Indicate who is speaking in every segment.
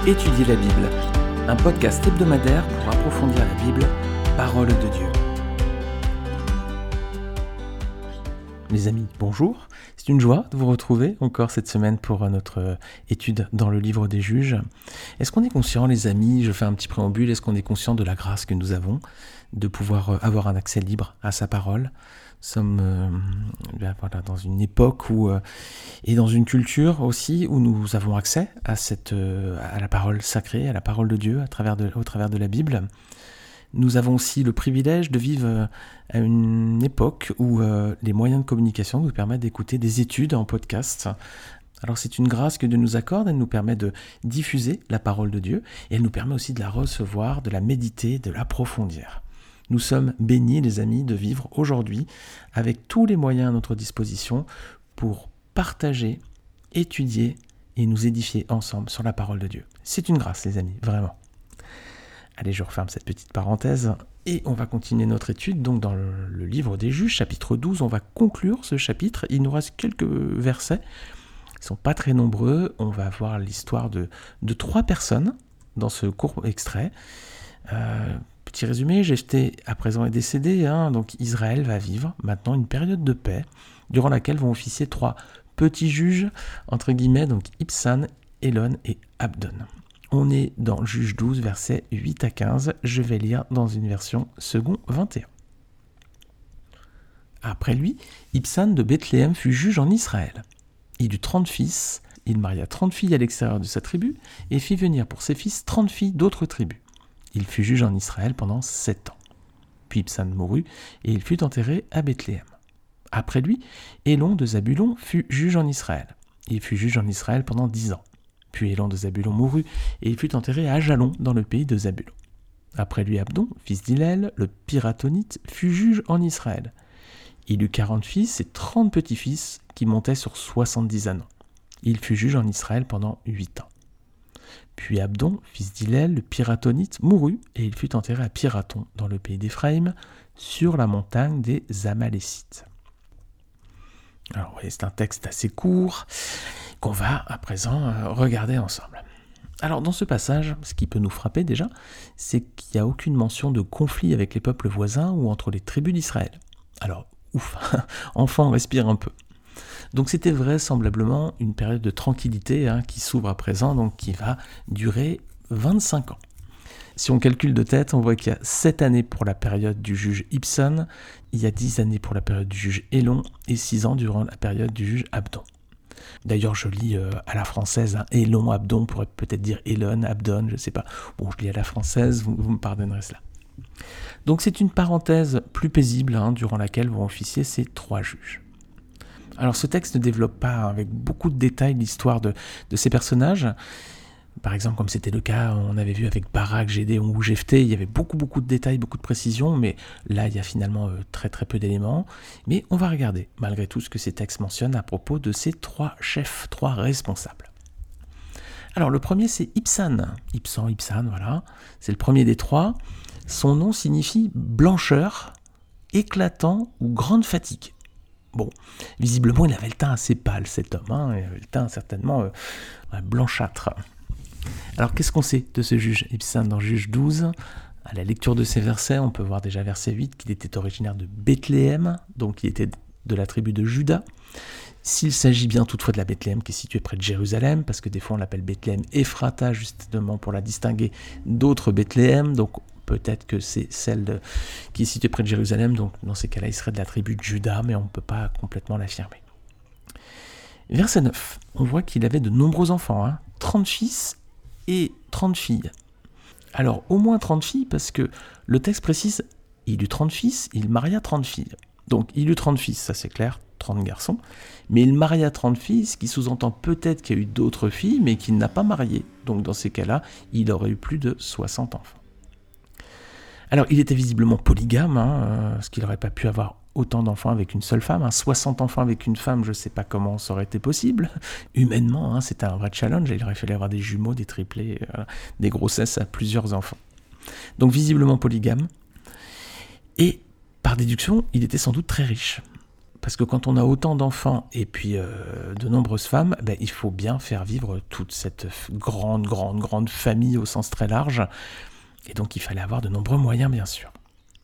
Speaker 1: Étudier la Bible, un podcast hebdomadaire pour approfondir la Bible, parole de Dieu. Les amis, bonjour. C'est une joie de vous retrouver encore cette semaine pour notre étude dans le livre des Juges. Est-ce qu'on est conscient, les amis, je fais un petit préambule, est-ce qu'on est conscient de la grâce que nous avons de pouvoir avoir un accès libre à sa parole ? Nous sommes dans une époque et dans une culture aussi où nous avons accès à la parole sacrée, à la parole de Dieu au travers de la Bible. Nous avons aussi le privilège de vivre à une époque où les moyens de communication nous permettent d'écouter des études en podcast. Alors c'est une grâce que Dieu nous accorde, elle nous permet de diffuser la parole de Dieu et elle nous permet aussi de la recevoir, de la méditer, de l'approfondir. Nous sommes bénis, les amis, de vivre aujourd'hui avec tous les moyens à notre disposition pour partager, étudier et nous édifier ensemble sur la parole de Dieu. C'est une grâce, les amis, vraiment. Allez, je referme cette petite parenthèse et on va continuer notre étude donc dans le livre des Juges, chapitre 12. On va conclure ce chapitre. Il nous reste quelques versets. Ils ne sont pas très nombreux. On va voir l'histoire de 3 personnes dans ce court extrait. Petit résumé, Jephthé à présent est décédé, donc Israël va vivre maintenant une période de paix durant laquelle vont officier 3 petits juges, entre guillemets, donc Ibsan, Elon et Abdon. On est dans Juges 12, versets 8 à 15, je vais lire dans une version second 21. Après lui, Ibsan de Bethléem fut juge en Israël. Il eut 30 fils, il maria 30 filles à l'extérieur de sa tribu et fit venir pour ses fils 30 filles d'autres tribus. Il fut juge en Israël pendant 7 ans. Puis Ibsan mourut, et il fut enterré à Bethléem. Après lui, Élon de Zabulon fut juge en Israël. Il fut juge en Israël pendant 10 ans. Puis Élon de Zabulon mourut, et il fut enterré à Ajalon, dans le pays de Zabulon. Après lui, Abdon, fils d'Hillel, le Piratonite, fut juge en Israël. Il eut 40 fils et 30 petits-fils qui montaient sur 70 ans. Il fut juge en Israël pendant 8 ans. Puis Abdon, fils d'Hillel, le Piratonite, mourut, et il fut enterré à Piraton, dans le pays d'Éphraïm, sur la montagne des Amalécites. Alors, vous voyez, c'est un texte assez court, qu'on va à présent regarder ensemble. Alors, dans ce passage, ce qui peut nous frapper déjà, c'est qu'il n'y a aucune mention de conflit avec les peuples voisins ou entre les tribus d'Israël. Alors, ouf, enfin on respire un peu. Donc c'était vraisemblablement une période de tranquillité qui s'ouvre à présent, donc qui va durer 25 ans. Si on calcule de tête, on voit qu'il y a 7 années pour la période du juge Ibsan, il y a 10 années pour la période du juge Élon et 6 ans durant la période du juge Abdon. D'ailleurs, je lis à la française, Élon, Abdon, on pourrait peut-être dire Elon, Abdon, je ne sais pas. Bon, je lis à la française, vous me pardonnerez cela. Donc c'est une parenthèse plus paisible durant laquelle vont officier ces 3 juges. Alors ce texte ne développe pas avec beaucoup de détails l'histoire de ces personnages. Par exemple, comme c'était le cas, on avait vu avec Barak, Gédéon ou Jephthé, il y avait beaucoup de détails, beaucoup de précisions, mais là il y a finalement très peu d'éléments. Mais on va regarder malgré tout ce que ces textes mentionnent à propos de ces 3 chefs, 3 responsables. Alors le premier c'est Ibsan, voilà, c'est le premier des 3. Son nom signifie blancheur, éclatant ou grande fatigue. Bon, visiblement, il avait le teint assez pâle, cet homme. Il avait le teint certainement blanchâtre. Alors, qu'est-ce qu'on sait de ce juge Ibsan dans Juge 12 ? À la lecture de ces versets, on peut voir déjà verset 8 qu'il était originaire de Bethléem, donc il était de la tribu de Juda. S'il s'agit bien toutefois de la Bethléem qui est située près de Jérusalem, parce que des fois on l'appelle Bethléem Ephrata, justement pour la distinguer d'autres Bethléem, donc peut-être que c'est celle qui est située près de Jérusalem, donc dans ces cas-là, il serait de la tribu de Juda, mais on ne peut pas complètement l'affirmer. Verset 9, on voit qu'il avait de nombreux enfants, 30 fils et 30 filles. Alors, au moins 30 filles, parce que le texte précise, il eut 30 fils, il maria 30 filles. Donc, il eut 30 fils, ça c'est clair, 30 garçons, mais il maria 30 filles, ce qui sous-entend peut-être qu'il y a eu d'autres filles, mais qu'il n'a pas marié. Donc, dans ces cas-là, il aurait eu plus de 60 enfants. Alors, il était visiblement polygame, parce qu'il n'aurait pas pu avoir autant d'enfants avec une seule femme. 60 enfants avec une femme, je ne sais pas comment ça aurait été possible. Humainement, c'était un vrai challenge. Il aurait fallu avoir des jumeaux, des triplés, des grossesses à plusieurs enfants. Donc, visiblement polygame. Et, par déduction, il était sans doute très riche. parce que quand on a autant d'enfants et puis de nombreuses femmes, il faut bien faire vivre toute cette grande famille au sens très large. Et donc il fallait avoir de nombreux moyens, bien sûr.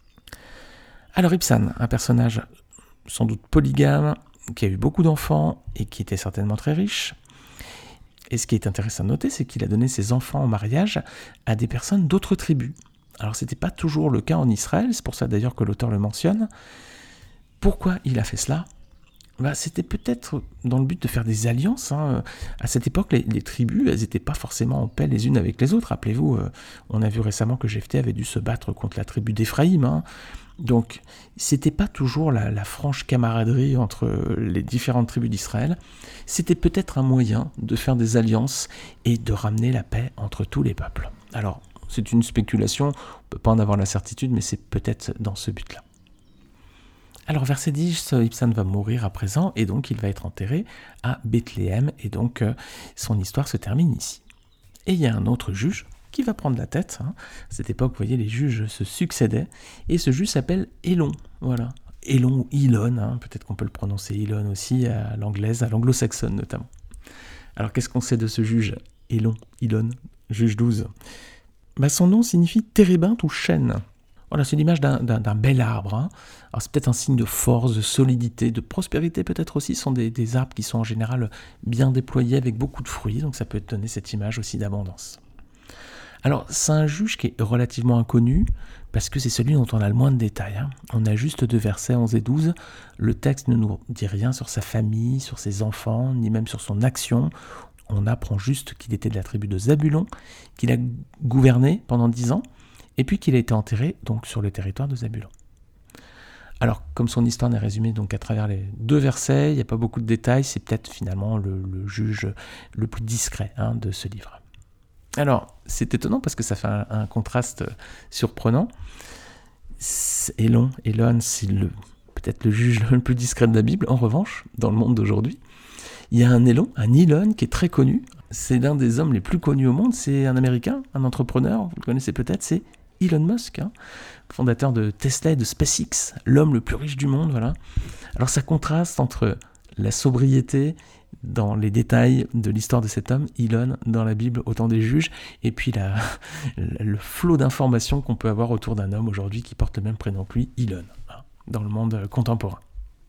Speaker 1: Alors Ibsen, un personnage sans doute polygame, qui a eu beaucoup d'enfants et qui était certainement très riche. Et ce qui est intéressant de noter, c'est qu'il a donné ses enfants en mariage à des personnes d'autres tribus. Alors ce n'était pas toujours le cas en Israël, c'est pour ça d'ailleurs que l'auteur le mentionne. Pourquoi il a fait cela ? C'était peut-être dans le but de faire des alliances. À cette époque, les tribus, elles n'étaient pas forcément en paix les unes avec les autres. Rappelez-vous, on a vu récemment que Jephthé avait dû se battre contre la tribu d'Éphraïm. Donc, c'était pas toujours la franche camaraderie entre les différentes tribus d'Israël. C'était peut-être un moyen de faire des alliances et de ramener la paix entre tous les peuples. Alors, c'est une spéculation, on ne peut pas en avoir la certitude, mais c'est peut-être dans ce but-là. Alors, verset 10, Ibsen va mourir à présent, et donc il va être enterré à Bethléem, et donc son histoire se termine ici. Et il y a un autre juge qui va prendre la tête. À cette époque, vous voyez, les juges se succédaient, et ce juge s'appelle Élon. Voilà. Élon ou Elon, peut-être qu'on peut le prononcer Elon aussi, à l'anglaise, à l'anglo-saxonne notamment. Alors, qu'est-ce qu'on sait de ce juge Elon, juge 12 ? Son nom signifie térébinthe ou chêne. Voilà, c'est l'image d'un bel arbre. Alors c'est peut-être un signe de force, de solidité, de prospérité peut-être aussi. Ce sont des arbres qui sont en général bien déployés avec beaucoup de fruits, donc ça peut donner cette image aussi d'abondance. Alors c'est un juge qui est relativement inconnu, parce que c'est celui dont on a le moins de détails. On a juste 2 versets 11 et 12. Le texte ne nous dit rien sur sa famille, sur ses enfants, ni même sur son action. On apprend juste qu'il était de la tribu de Zabulon, qu'il a gouverné pendant 10 ans, et puis qu'il a été enterré donc sur le territoire de Zabulon. Alors, comme son histoire n'est résumée donc à travers les 2 versets, il n'y a pas beaucoup de détails, c'est peut-être finalement le juge le plus discret de ce livre. Alors, c'est étonnant parce que ça fait un contraste surprenant. Elon, c'est peut-être le juge le plus discret de la Bible. En revanche, dans le monde d'aujourd'hui, il y a un Elon qui est très connu. C'est l'un des hommes les plus connus au monde. C'est un Américain, un entrepreneur, vous le connaissez peut-être, c'est Elon Musk, fondateur de Tesla et de SpaceX, l'homme le plus riche du monde, voilà. Alors ça contraste entre la sobriété dans les détails de l'histoire de cet homme, Elon, dans la Bible, au temps des juges, et puis le flot d'informations qu'on peut avoir autour d'un homme aujourd'hui qui porte le même prénom que lui, Elon, dans le monde contemporain.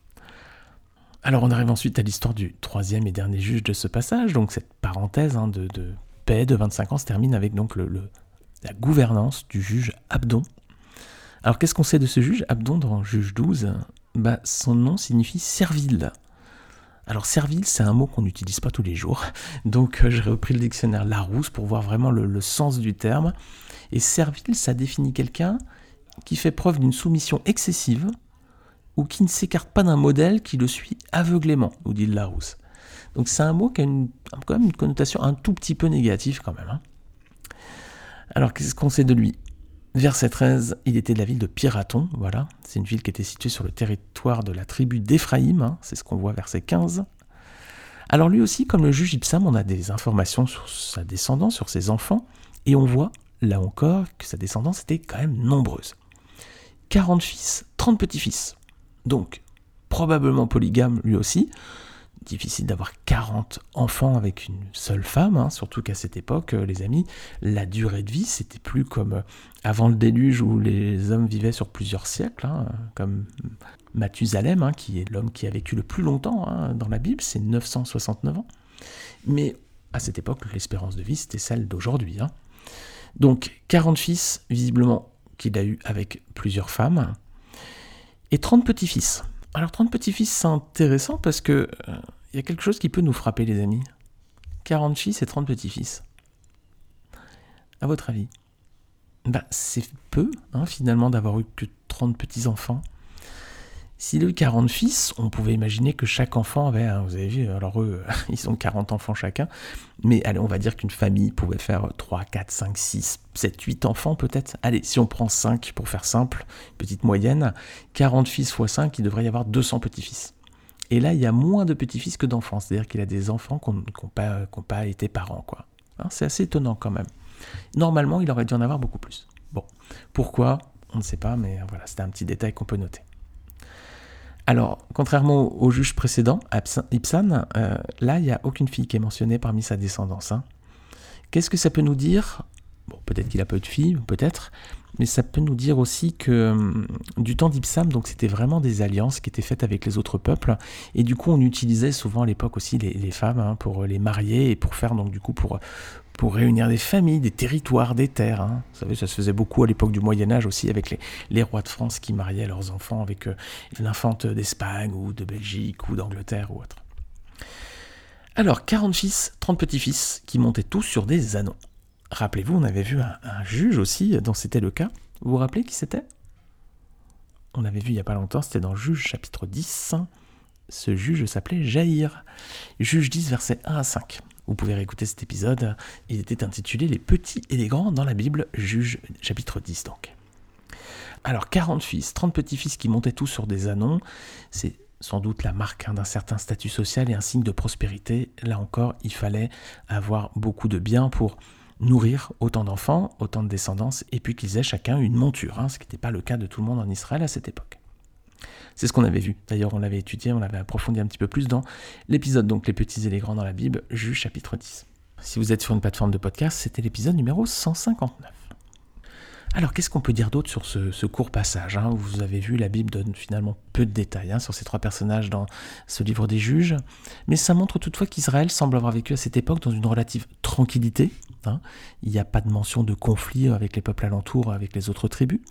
Speaker 1: Alors on arrive ensuite à l'histoire du 3e et dernier juge de ce passage, donc cette parenthèse de paix de 25 ans se termine avec donc la gouvernance du juge Abdon. Alors qu'est-ce qu'on sait de ce juge Abdon dans Juge 12 ? Son nom signifie servile. Alors servile, c'est un mot qu'on n'utilise pas tous les jours, donc j'ai repris le dictionnaire Larousse pour voir vraiment le sens du terme. Et servile, ça définit quelqu'un qui fait preuve d'une soumission excessive ou qui ne s'écarte pas d'un modèle qui le suit aveuglément, nous dit le Larousse. Donc c'est un mot qui a quand même une connotation un tout petit peu négative quand même. Alors, qu'est-ce qu'on sait de lui ? Verset 13, il était de la ville de Pirathon, voilà. C'est une ville qui était située sur le territoire de la tribu d'Éphraïm, c'est ce qu'on voit verset 15. Alors lui aussi, comme le juge Ibsam, on a des informations sur sa descendance, sur ses enfants, et on voit, là encore, que sa descendance était quand même nombreuse. 40 fils, 30 petits-fils. Donc, probablement polygame lui aussi. Difficile d'avoir 40 enfants avec une seule femme, surtout qu'à cette époque, les amis, la durée de vie, c'était plus comme avant le déluge où les hommes vivaient sur plusieurs siècles, comme Mathusalem, qui est l'homme qui a vécu le plus longtemps dans la Bible, c'est 969 ans. Mais à cette époque, l'espérance de vie, c'était celle d'aujourd'hui. Donc, 40 fils, visiblement, qu'il a eu avec plusieurs femmes, et 30 petits-fils. Alors 30 petits-fils, c'est intéressant parce que y a quelque chose qui peut nous frapper, les amis. 40 fils et 30 petits-fils. À votre avis ? C'est peu, finalement, d'avoir eu que 30 petits-enfants. S'il a eu 40 fils, on pouvait imaginer que chaque enfant avait, vous avez vu, alors eux, ils ont 40 enfants chacun, mais allez, on va dire qu'une famille pouvait faire 3, 4, 5, 6, 7, 8 enfants peut-être. Allez, si on prend 5 pour faire simple, petite moyenne, 40 fils x 5, il devrait y avoir 200 petits-fils. Et là, il y a moins de petits-fils que d'enfants, c'est-à-dire qu'il a des enfants qui n'ont pas été parents, quoi. C'est assez étonnant quand même. Normalement, il aurait dû en avoir beaucoup plus. Bon, pourquoi ? On ne sait pas, mais voilà, c'était un petit détail qu'on peut noter. Alors, contrairement au juge précédent, Ibzan, là, il n'y a aucune fille qui est mentionnée parmi sa descendance. Qu'est-ce que ça peut nous dire ? Bon, peut-être qu'il a pas eu de filles, peut-être, mais ça peut nous dire aussi que du temps d'Ibzan, donc c'était vraiment des alliances qui étaient faites avec les autres peuples, et du coup on utilisait souvent à l'époque aussi les femmes pour les marier et pour faire donc du coup pour réunir des familles, des territoires, des terres. Vous savez, ça se faisait beaucoup à l'époque du Moyen-Âge aussi avec les rois de France qui mariaient leurs enfants avec une infante d'Espagne ou de Belgique ou d'Angleterre ou autre. Alors, 40 fils, 30 petits-fils qui montaient tous sur des ânons. Rappelez-vous, on avait vu un juge aussi dont c'était le cas. Vous vous rappelez qui c'était ? On avait vu il n'y a pas longtemps, c'était dans Juge chapitre 10. Ce juge s'appelait Jaïr. Juge 10, versets 1 à 5. Vous pouvez réécouter cet épisode. Il était intitulé « Les petits et les grands dans la Bible », Juge chapitre 10 donc. Alors 40 fils, 30 petits-fils qui montaient tous sur des ânons, c'est sans doute la marque d'un certain statut social et un signe de prospérité. Là encore, il fallait avoir beaucoup de biens pour nourrir autant d'enfants, autant de descendance, et puis qu'ils aient chacun une monture, ce qui n'était pas le cas de tout le monde en Israël à cette époque. C'est ce qu'on avait vu. D'ailleurs, on l'avait étudié, on l'avait approfondi un petit peu plus dans l'épisode, donc les petits et les grands dans la Bible, Juge chapitre 10. Si vous êtes sur une plateforme de podcast, c'était l'épisode numéro 159. Alors, qu'est-ce qu'on peut dire d'autre sur ce court passage ? Vous avez vu, la Bible donne finalement peu de détails sur ces trois personnages dans ce livre des Juges, mais ça montre toutefois qu'Israël semble avoir vécu à cette époque dans une relative tranquillité. Il n'y a pas de mention de conflit avec les peuples alentours, avec les autres tribus.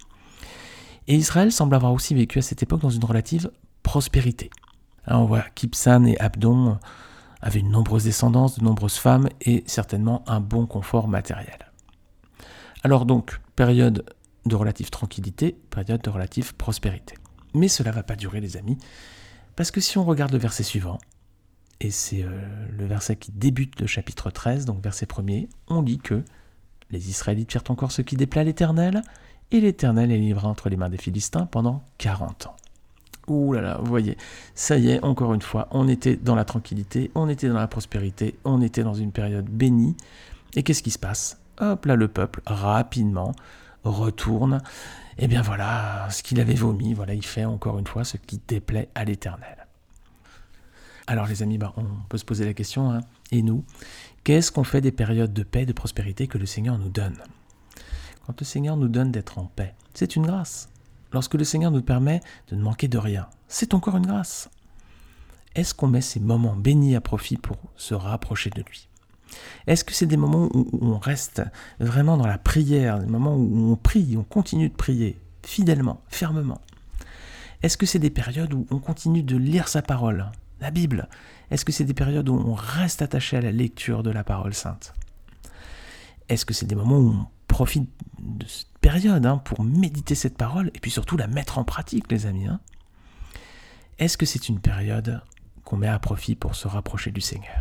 Speaker 1: Et Israël semble avoir aussi vécu à cette époque dans une relative prospérité. On voit qu'Ibzan et Abdon avaient une nombreuse descendance, de nombreuses femmes et certainement un bon confort matériel. Alors donc, période de relative tranquillité, période de relative prospérité. Mais cela ne va pas durer les amis, parce que si on regarde le verset suivant, et c'est le verset qui débute le chapitre 13, donc verset 1er, on lit que les Israélites firent encore ce qui déplaît à l'Éternel, et l'Éternel les livra entre les mains des Philistins pendant 40 ans. Ouh là là, vous voyez, ça y est, encore une fois, on était dans la tranquillité, on était dans la prospérité, on était dans une période bénie, et qu'est-ce qui se passe ? Hop là, le peuple, rapidement, retourne, et bien voilà, ce qu'il avait vomi, voilà, il fait encore une fois ce qui déplaît à l'Éternel. Alors les amis, on peut se poser la question, et nous, qu'est-ce qu'on fait des périodes de paix et de prospérité que le Seigneur nous donne ? Quand le Seigneur nous donne d'être en paix, c'est une grâce. Lorsque le Seigneur nous permet de ne manquer de rien, c'est encore une grâce. Est-ce qu'on met ces moments bénis à profit pour se rapprocher de lui ? Est-ce que c'est des moments où on reste vraiment dans la prière, des moments où on prie, on continue de prier fidèlement, fermement ? Est-ce que c'est des périodes où on continue de lire sa parole, la Bible ? Est-ce que c'est des périodes où on reste attaché à la lecture de la parole sainte ? Est-ce que c'est des moments où on profite de cette période pour méditer cette parole et puis surtout la mettre en pratique, les amis ? Est-ce que c'est une période qu'on met à profit pour se rapprocher du Seigneur ?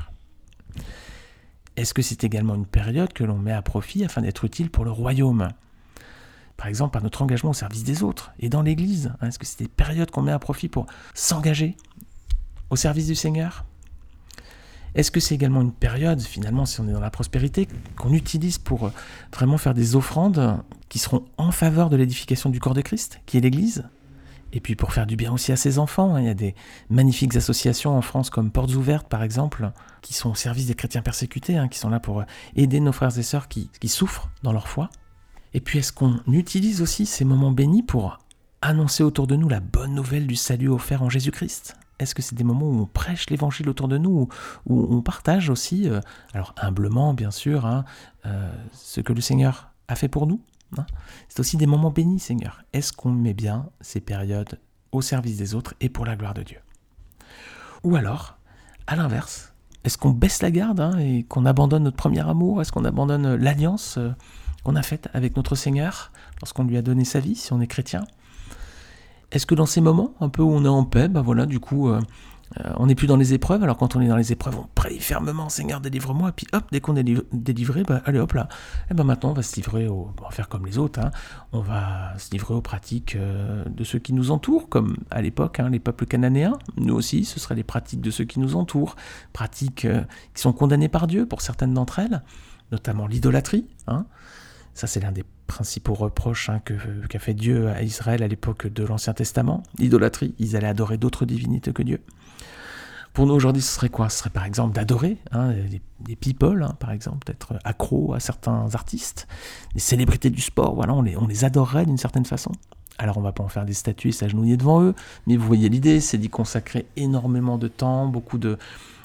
Speaker 1: Est-ce que c'est également une période que l'on met à profit afin d'être utile pour le royaume ? Par exemple, par notre engagement au service des autres et dans l'Église. Est-ce que c'est des périodes qu'on met à profit pour s'engager au service du Seigneur ? Est-ce que c'est également une période, finalement, si on est dans la prospérité, qu'on utilise pour vraiment faire des offrandes qui seront en faveur de l'édification du corps de Christ, qui est l'Église ? Et puis pour faire du bien aussi à ses enfants, il y a des magnifiques associations en France comme Portes Ouvertes par exemple, qui sont au service des chrétiens persécutés, qui sont là pour aider nos frères et sœurs qui souffrent dans leur foi. Et puis est-ce qu'on utilise aussi ces moments bénis pour annoncer autour de nous la bonne nouvelle du salut offert en Jésus-Christ ? Est-ce que c'est des moments où on prêche l'évangile autour de nous, où on partage aussi, alors humblement bien sûr, ce que le Seigneur a fait pour nous ? C'est aussi des moments bénis, Seigneur. Est-ce qu'on met bien ces périodes au service des autres et pour la gloire de Dieu ? Ou alors, à l'inverse, est-ce qu'on baisse la garde et qu'on abandonne notre premier amour ? Est-ce qu'on abandonne l'alliance qu'on a faite avec notre Seigneur lorsqu'on lui a donné sa vie, si on est chrétien ? Est-ce que dans ces moments, un peu où on est en paix, du coup, on n'est plus dans les épreuves. Alors quand on est dans les épreuves, on prie fermement, Seigneur, délivre-moi. Et puis hop, dès qu'on est délivré, allez hop là. Et maintenant, on va se livrer on va faire comme les autres. On va se livrer aux pratiques de ceux qui nous entourent, comme à l'époque, les peuples cananéens. Nous aussi, ce seraient les pratiques de ceux qui nous entourent. Pratiques qui sont condamnées par Dieu pour certaines d'entre elles, notamment l'idolâtrie. Ça, c'est l'un des principaux reproches qu'a fait Dieu à Israël à l'époque de l'Ancien Testament. L'idolâtrie, ils allaient adorer d'autres divinités que Dieu. Pour nous aujourd'hui, ce serait quoi ? Ce serait par exemple d'adorer des people, par exemple, d'être accro à certains artistes, des célébrités du sport, voilà, on les adorerait d'une certaine façon. Alors on ne va pas en faire des statues et s'agenouiller devant eux, mais vous voyez l'idée, c'est d'y consacrer énormément de temps, beaucoup de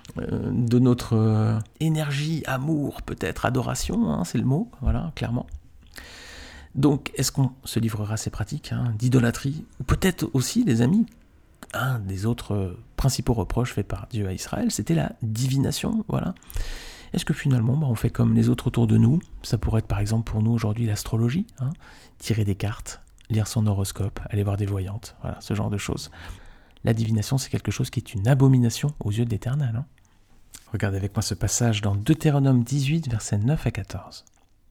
Speaker 1: notre énergie, amour, peut-être adoration, c'est le mot, voilà, clairement. Donc, est-ce qu'on se livrera à ces pratiques d'idolâtrie ? Ou peut-être aussi, les amis, un des autres principaux reproches faits par Dieu à Israël, c'était la divination, voilà. Est-ce que finalement, on fait comme les autres autour de nous ? Ça pourrait être par exemple pour nous aujourd'hui l'astrologie, tirer des cartes, lire son horoscope, aller voir des voyantes, voilà, ce genre de choses. La divination, c'est quelque chose qui est une abomination aux yeux de l'Éternel. Regardez avec moi ce passage dans Deutéronome 18, versets 9 à 14.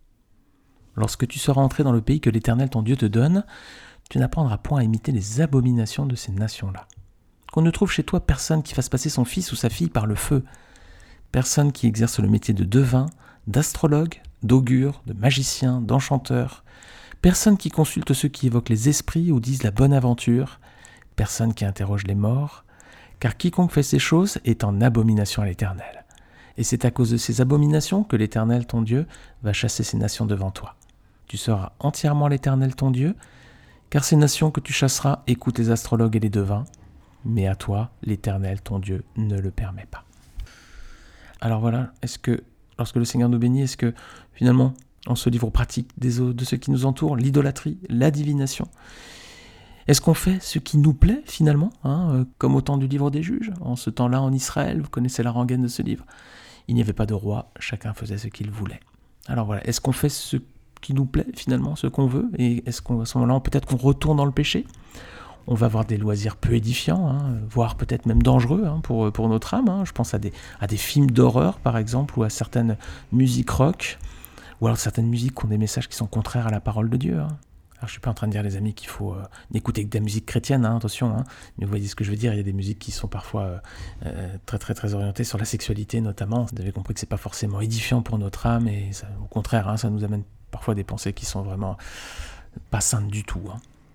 Speaker 1: « Lorsque tu seras entré dans le pays que l'Éternel ton Dieu te donne, tu n'apprendras point à imiter les abominations de ces nations-là. Qu'on ne trouve chez toi personne qui fasse passer son fils ou sa fille par le feu, personne qui exerce le métier de devin, d'astrologue, d'augure, de magicien, d'enchanteur, personne qui consulte ceux qui évoquent les esprits ou disent la bonne aventure, personne qui interroge les morts, car quiconque fait ces choses est en abomination à l'Éternel. Et c'est à cause de ces abominations que l'Éternel ton Dieu va chasser ces nations devant toi. Tu seras entièrement l'Éternel ton Dieu, car ces nations que tu chasseras écoutent les astrologues et les devins, mais à toi, l'Éternel ton Dieu ne le permet pas. » Alors voilà, est-ce que, lorsque le Seigneur nous bénit, est-ce que finalement, on se livre aux pratiques de ceux qui nous entourent, l'idolâtrie, la divination ? Est-ce qu'on fait ce qui nous plaît finalement, comme au temps du livre des juges ? En ce temps-là, en Israël, vous connaissez la rengaine de ce livre. Il n'y avait pas de roi, chacun faisait ce qu'il voulait. Alors voilà, est-ce qu'on fait ce qui nous plaît finalement, ce qu'on veut ? Et est-ce qu'à ce moment-là, peut-être qu'on retourne dans le péché ? On va avoir des loisirs peu édifiants, voire peut-être même dangereux pour notre âme. Je pense à des films d'horreur par exemple, ou à certaines musiques rock, ou alors certaines musiques qui ont des messages qui sont contraires à la parole de Dieu. Alors, je ne suis pas en train de dire, les amis, qu'il faut n'écouter que de la musique chrétienne, attention, mais vous voyez ce que je veux dire, il y a des musiques qui sont parfois très très très orientées sur la sexualité notamment. Vous avez compris que ce n'est pas forcément édifiant pour notre âme, et ça, au contraire, ça nous amène parfois des pensées qui sont vraiment pas saintes du tout.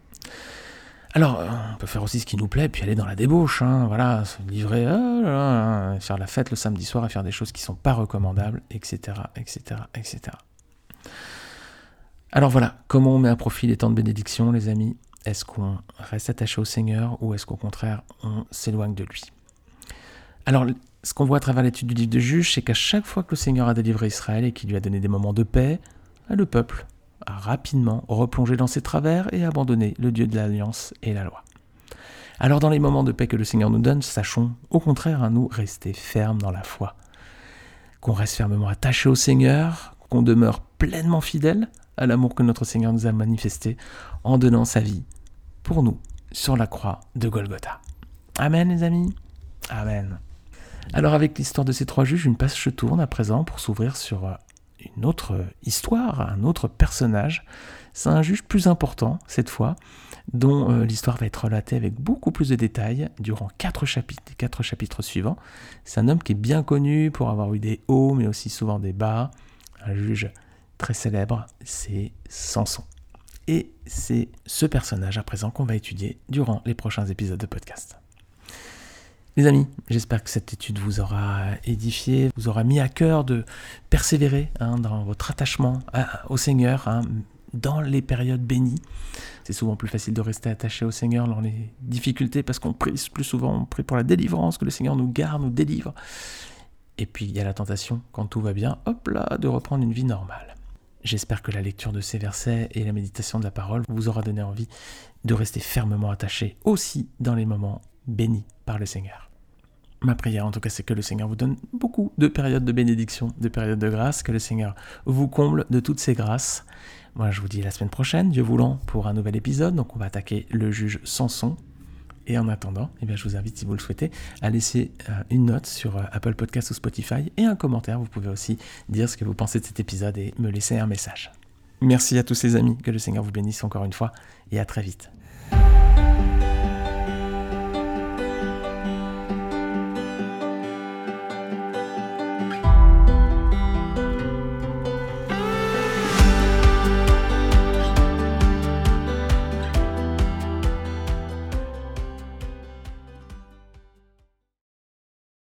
Speaker 1: Alors, on peut faire aussi ce qui nous plaît, puis aller dans la débauche, voilà, se livrer, faire la fête le samedi soir et faire des choses qui ne sont pas recommandables, etc., etc., etc. Alors voilà, comment on met à profit les temps de bénédiction, les amis ? Est-ce qu'on reste attaché au Seigneur ou est-ce qu'au contraire, on s'éloigne de lui ? Alors, ce qu'on voit à travers l'étude du livre de Juges, c'est qu'à chaque fois que le Seigneur a délivré Israël et qu'il lui a donné des moments de paix, le peuple a rapidement replongé dans ses travers et abandonné le Dieu de l'Alliance et la loi. Alors dans les moments de paix que le Seigneur nous donne, sachons au contraire nous rester fermes dans la foi, qu'on reste fermement attaché au Seigneur, qu'on demeure pleinement fidèle à l'amour que notre Seigneur nous a manifesté en donnant sa vie pour nous sur la croix de Golgotha. Amen les amis, amen. Alors avec l'histoire de ces 3 juges, une page se tourne à présent pour s'ouvrir sur une autre histoire, un autre personnage. C'est un juge plus important cette fois, dont l'histoire va être relatée avec beaucoup plus de détails durant 4 chapitres, les 4 chapitres suivants. C'est un homme qui est bien connu pour avoir eu des hauts mais aussi souvent des bas, un juge très célèbre, c'est Samson. Et c'est ce personnage à présent qu'on va étudier durant les prochains épisodes de podcast. Les amis, j'espère que cette étude vous aura édifié, vous aura mis à cœur de persévérer dans votre attachement au Seigneur, dans les périodes bénies. C'est souvent plus facile de rester attaché au Seigneur dans les difficultés parce qu'on prie plus souvent, on prie pour la délivrance, que le Seigneur nous garde, nous délivre. Et puis il y a la tentation, quand tout va bien, de reprendre une vie normale. J'espère que la lecture de ces versets et la méditation de la parole vous aura donné envie de rester fermement attaché aussi dans les moments bénis par le Seigneur. Ma prière, en tout cas, c'est que le Seigneur vous donne beaucoup de périodes de bénédiction, de périodes de grâce, que le Seigneur vous comble de toutes ses grâces. Moi, je vous dis à la semaine prochaine, Dieu voulant, pour un nouvel épisode. Donc, on va attaquer le juge Samson. Et en attendant, je vous invite, si vous le souhaitez, à laisser une note sur Apple Podcast ou Spotify et un commentaire. Vous pouvez aussi dire ce que vous pensez de cet épisode et me laisser un message. Merci à tous ces amis, que le Seigneur vous bénisse encore une fois et à très vite.